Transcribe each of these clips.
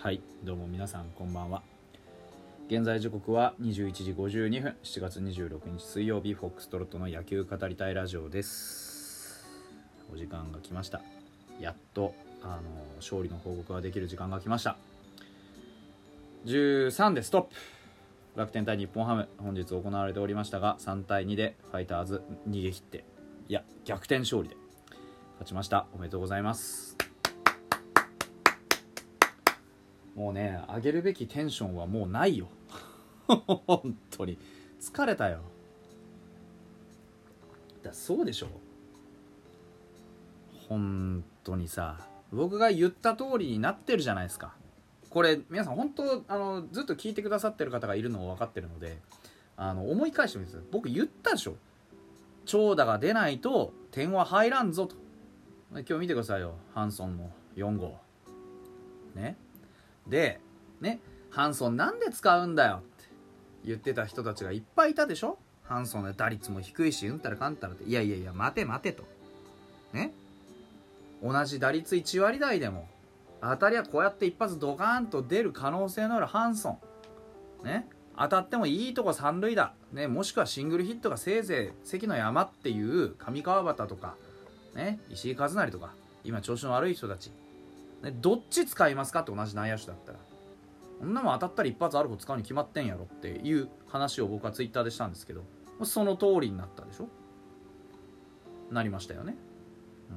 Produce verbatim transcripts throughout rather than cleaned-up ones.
はい、どうも皆さんこんばんは。現在時刻はにじゅういちじごじゅうにふん、しちがつにじゅうろくにち水曜日、フォックストロットの野球語りたいラジオです。お時間が来ました。やっとあの勝利の報告ができる時間が来ました。じゅうさんでストップ。楽天対日本ハム、本日行われておりましたが、さんたいにでファイターズ逃げ切って、いや逆転勝利で勝ちました。おめでとうございます。もうね、上げるべきテンションはもうないよ本当に疲れたよ。だそうでしょ。本当にさ、僕が言った通りになってるじゃないですか。これ皆さん本当あのずっと聞いてくださってる方がいるのを分かってるので、あの思い返してみてください。僕言ったでしょ。長打が出ないと点は入らんぞと。今日見てくださいよ、ハンソンのよん号ね。でね、ハンソンなんで使うんだよって言ってた人たちがいっぱいいたでしょ。ハンソンの打率も低いしうんたらかんたらって、いやいやいや待て待てとね。同じ打率いちわり台でも当たりはこうやって一発ドカーンと出る可能性のあるハンソンね、当たってもいいとこ三塁打ね、もしくはシングルヒットがせいぜい関の山っていう上川端とかね、石井一成とか今調子の悪い人たちね、どっち使いますかって同じ内野手だったら、そんなもん当たったら一発ある方使うに決まってんやろっていう話を僕はツイッターでしたんですけど、その通りになったでしょ。なりましたよね、うん、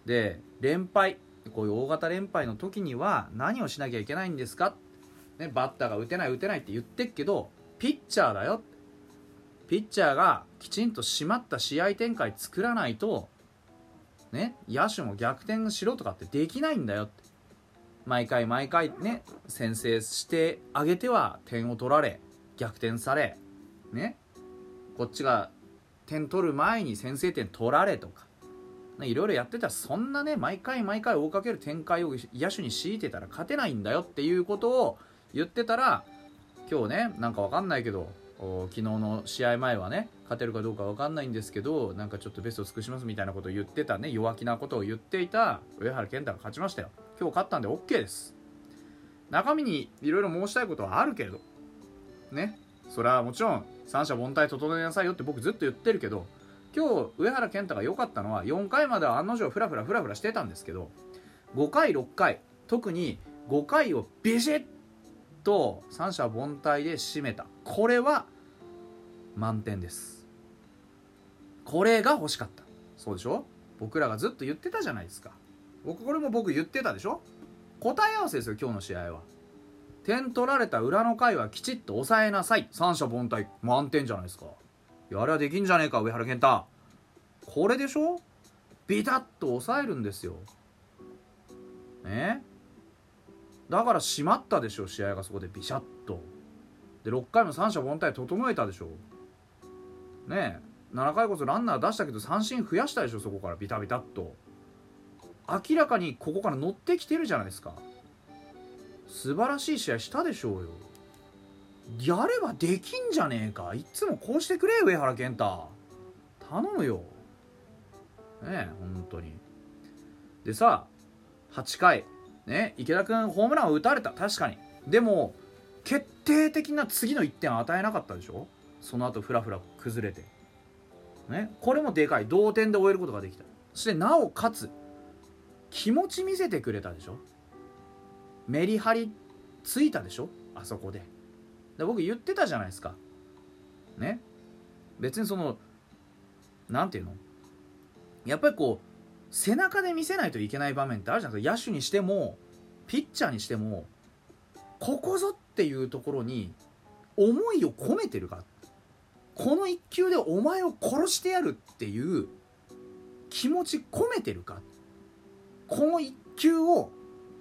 で連敗、こういう大型連敗の時には何をしなきゃいけないんですか、ね、バッターが打てない打てないって言ってっけど、ピッチャーだよ。ピッチャーがきちんと締まった試合展開作らないとね、野手も逆転しろとかってできないんだよって。毎回毎回ね、先制してあげては点を取られ逆転されね、こっちが点取る前に先制点取られとかいろいろやってたら、そんなね毎回毎回追いかける展開を野手に強いてたら勝てないんだよっていうことを言ってたら、今日ねなんかわかんないけど、昨日の試合前はね勝てるかどうかわかんないんですけど、なんかちょっとベストを尽くしますみたいなことを言ってたね、弱気なことを言っていた上原健太が勝ちましたよ。今日勝ったんで OK です。中身にいろいろ申したいことはあるけれどね、それはもちろん三者凡退整えなさいよって僕ずっと言ってるけど、今日上原健太が良かったのはよんかいまでは案の定フラフラフラフラしてたんですけど、ごかいろっかい、特にごかいをビシッと三者凡退で締めた、これは満点です。これが欲しかった。そうでしょ。僕らがずっと言ってたじゃないですか。僕これも僕言ってたでしょ。答え合わせですよ今日の試合は。点取られた裏の回はきちっと抑えなさい、三者凡退満点じゃないですか。やれはできんじゃねえか上原健太。これでしょ。ビタッと抑えるんですよね。だから締まったでしょ試合が、そこでビシャッと。でろっかいも三者凡退整えたでしょね。えななかいこそランナー出したけど三振増やしたでしょ、そこからビタビタっと。明らかにここから乗ってきてるじゃないですか。素晴らしい試合したでしょうよ。やればできんじゃねえか。いつもこうしてくれ上原健太、頼むよねえ本当に。でさ、はちかいね、池田君ホームランを打たれた、確かに。でも決定的な次のいってん与えなかったでしょ。その後フラフラ崩れてね、これもでかい。同点で終えることができた。そしてなおかつ気持ち見せてくれたでしょ。メリハリついたでしょあそこで。で僕言ってたじゃないですかね。別にそのなんていうの、やっぱりこう背中で見せないといけない場面ってあるじゃないですか。野手にしてもピッチャーにしても、ここぞっていうところに思いを込めてるか、この一球でお前を殺してやるっていう気持ち込めてるか、この一球を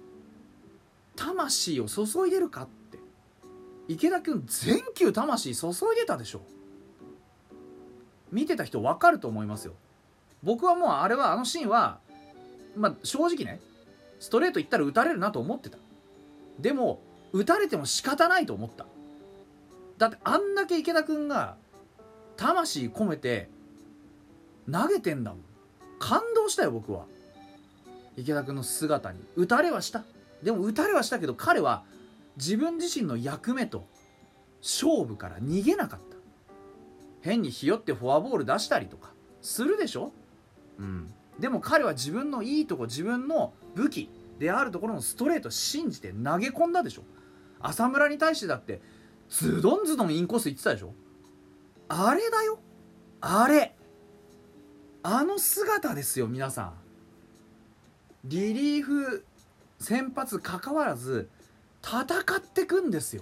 魂を注いでるかって。池田君全球魂注いでたでしょ。見てた人分かると思いますよ。僕はもうあれはあのシーンはまあ正直ね、ストレートいったら打たれるなと思ってた。でも打たれても仕方ないと思った。だってあんだけ池田君が魂込めて投げてんだもん。感動したよ僕は池田君の姿に。打たれはしたでも打たれはしたけど、彼は自分自身の役目と勝負から逃げなかった。変にひよってフォアボール出したりとかするでしょ、うん、でも彼は自分のいいとこ、自分の武器であるところのストレートを信じて投げ込んだでしょ。浅村に対してだってズドンズドンインコース言ってたでしょ。あれだよ、あれ、あの姿ですよ皆さん。リリーフ先発関わらず戦ってくんですよ。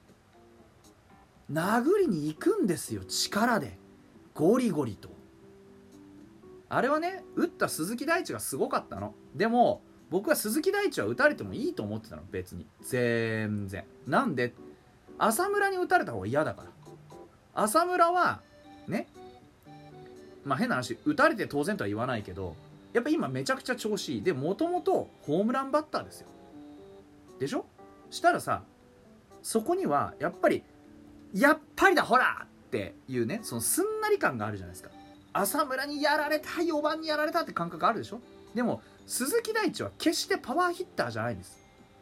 殴りに行くんですよ、力でゴリゴリと。あれはね、打った鈴木大地がすごかったの。でも僕は鈴木大地は打たれてもいいと思ってたの、別に。全然。なんで、浅村に打たれた方が嫌だから。浅村はね、まあ変な話、打たれて当然とは言わないけど、やっぱ今めちゃくちゃ調子いい。で、もともとホームランバッターですよ。でしょ。したらさ、そこにはやっぱりやっぱりだほらっていうね、そのすんなり感があるじゃないですか。浅村にやられた、よばんにやられたって感覚あるでしょ。でも鈴木大地は決してパワーヒッターじゃないんです。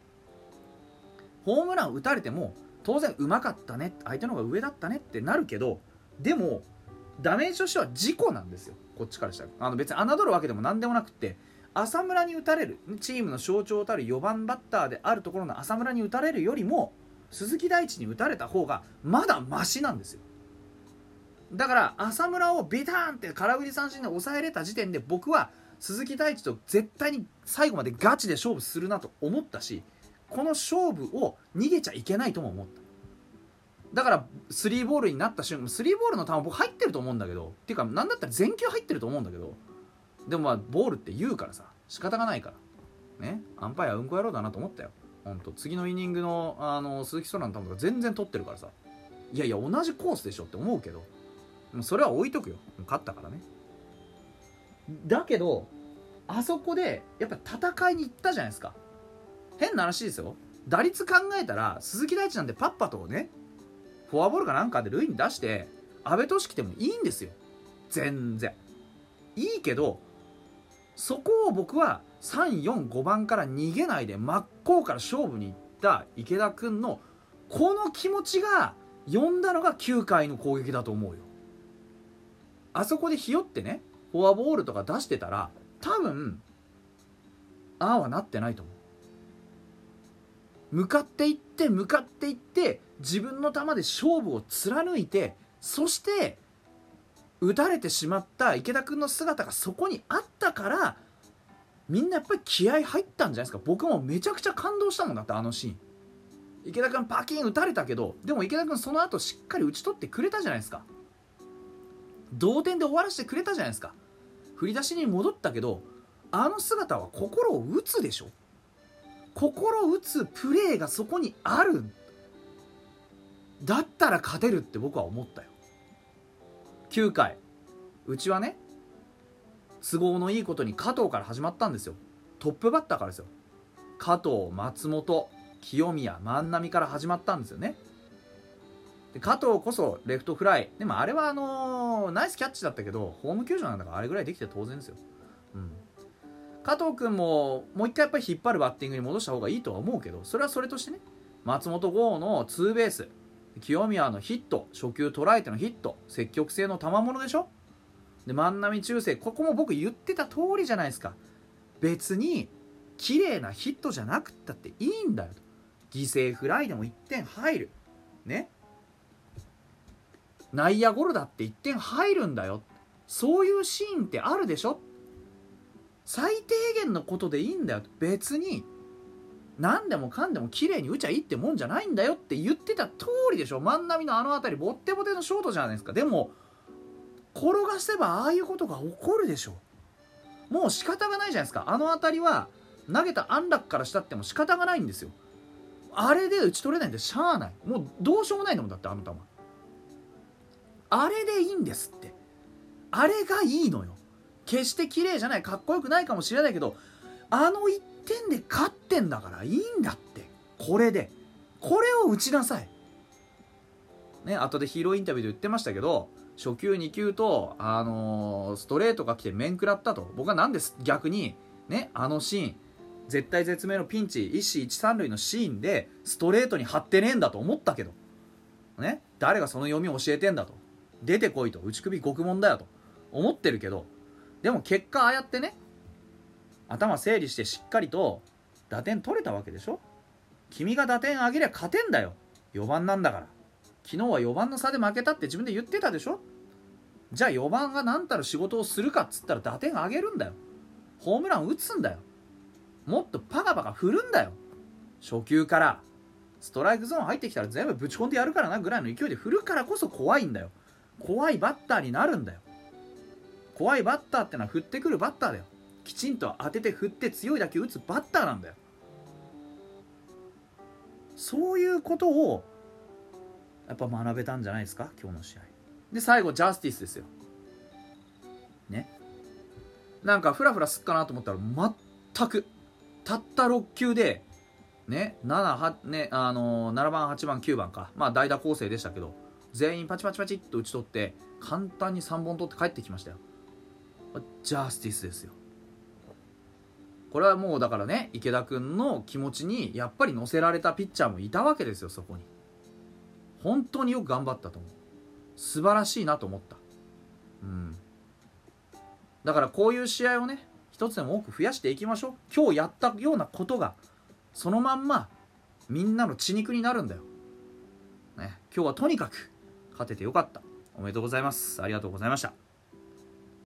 ホームラン打たれても当然うまかったね、相手の方が上だったねってなるけど、でもダメージとしては事故なんですよ、こっちからしたら。あの別に侮るわけでも何でもなくって、浅村に打たれる、チームの象徴たるよばんバッターであるところの浅村に打たれるよりも鈴木大地に打たれた方がまだマシなんですよ。だから浅村をビターンって空振り三振で抑えれた時点で、僕は鈴木大地と絶対に最後までガチで勝負するなと思ったし、この勝負を逃げちゃいけないとも思った。だからスリーボールになった瞬間、スリーボールの球僕入ってると思うんだけど、っていうかなんだったら全球入ってると思うんだけど、でもまあボールって言うからさ、仕方がないからね。アンパイアうんこ野郎だなと思ったよ。ほんと次のイニングのあの鈴木空の球とか全然取ってるからさ、いやいや同じコースでしょって思うけど、もうそれは置いとくよ、勝ったからね。だけどあそこでやっぱ戦いに行ったじゃないですか。変な話ですよ、打率考えたら鈴木大地なんてパッパとね、フォアボールかなんかで塁に出して阿部俊来てもいいんですよ、全然いいけど、そこを僕はさん、よん、ごばんから逃げないで真っ向から勝負に行った池田君のこの気持ちが呼んだのがきゅうかいの攻撃だと思うよ。あそこでひよってね、フォアボールとか出してたら多分ああはなってないと思う。向かっていって向かっていって自分の球で勝負を貫いて、そして打たれてしまった池田君の姿がそこにあったから、みんなやっぱり気合入ったんじゃないですか。僕もめちゃくちゃ感動したもんだって、あのシーン。池田君パキン打たれたけど、でも池田君その後しっかり打ち取ってくれたじゃないですか。同点で終わらせてくれたじゃないですか。振り出しに戻ったけど、あの姿は心を打つでしょ。心を打つプレーがそこにある。だったら勝てるって僕は思ったよ。きゅうかい、うちはね、都合のいいことに加藤から始まったんですよ。トップバッターからですよ。加藤、松本、清宮、万波から始まったんですよね。で加藤こそレフトフライ、でもあれはあのー、ナイスキャッチだったけど、ホーム球場なんだからあれぐらいできて当然ですよ。うん、加藤君ももう一回やっぱり引っ張るバッティングに戻した方がいいとは思うけど、それはそれとしてね、松本剛のツーベース、清宮のヒット、初球捉えてのヒット、積極性の賜物でしょ。で万波中正、ここも僕言ってた通りじゃないですか。別に綺麗なヒットじゃなくったっていいんだよと。犠牲フライでもいってん入るね、内野ゴロだっていってん入るんだよ。そういうシーンってあるでしょ。最低限のことでいいんだよ。別に何でもかんでも綺麗に打ちゃいいってもんじゃないんだよって言ってた通りでしょ。万波のあのあたりボッテボテのショートじゃないですか。でも転がせばああいうことが起こるでしょ。もう仕方がないじゃないですか。あのあたりは投げた安楽からしたっても仕方がないんですよ。あれで打ち取れないんでしゃあない。もうどうしようもないんだもん、だってあの球あれでいいんですって。あれがいいのよ。決して綺麗じゃない、かっこよくないかもしれないけど、あのいってんで勝ってんだからいいんだって。これでこれを打ちなさいね。後でヒーローインタビューで言ってましたけど、初球に球と、あのー、ストレートが来て面食らったと。僕はなんです逆にね、あのシーン絶対絶命のピンチ一死一三塁のシーンでストレートに張ってねえんだと思ったけどね、誰がその読みを教えてんだと、出てこいと、内首獄門だよと思ってるけど、でも結果ああやってね、頭整理してしっかりと打点取れたわけでしょ。君が打点上げりゃ勝てんだよ、よばんなんだから。昨日はよばんの差で負けたって自分で言ってたでしょ。じゃあよばんが何たる仕事をするかっつったら打点上げるんだよ、ホームラン打つんだよ、もっとパカパカ振るんだよ。初球からストライクゾーン入ってきたら全部ぶち込んでやるからなぐらいの勢いで振るからこそ怖いんだよ。怖いバッターになるんだよ。怖いバッターってのは振ってくるバッターだよ。きちんと当てて振って強い打球打つバッターなんだよ。そういうことをやっぱ学べたんじゃないですか、今日の試合で。最後ジャスティスですよね。なんかフラフラすっかなと思ったら全くたったろっ球でね、ななはね、あのー、ななばんはちばんきゅうばんか、まあ代打構成でしたけど全員パチパチパチっと打ち取って簡単にさんぼん取って帰ってきましたよ。ジャスティスですよ。これはもうだからね、池田君の気持ちにやっぱり乗せられたピッチャーもいたわけですよ。そこに本当によく頑張ったと思う。素晴らしいなと思った。うんだからこういう試合をね、一つでも多く増やしていきましょう。今日やったようなことがそのまんまみんなの血肉になるんだよ、ね、今日はとにかく勝ててよかった。おめでとうございます。ありがとうございました。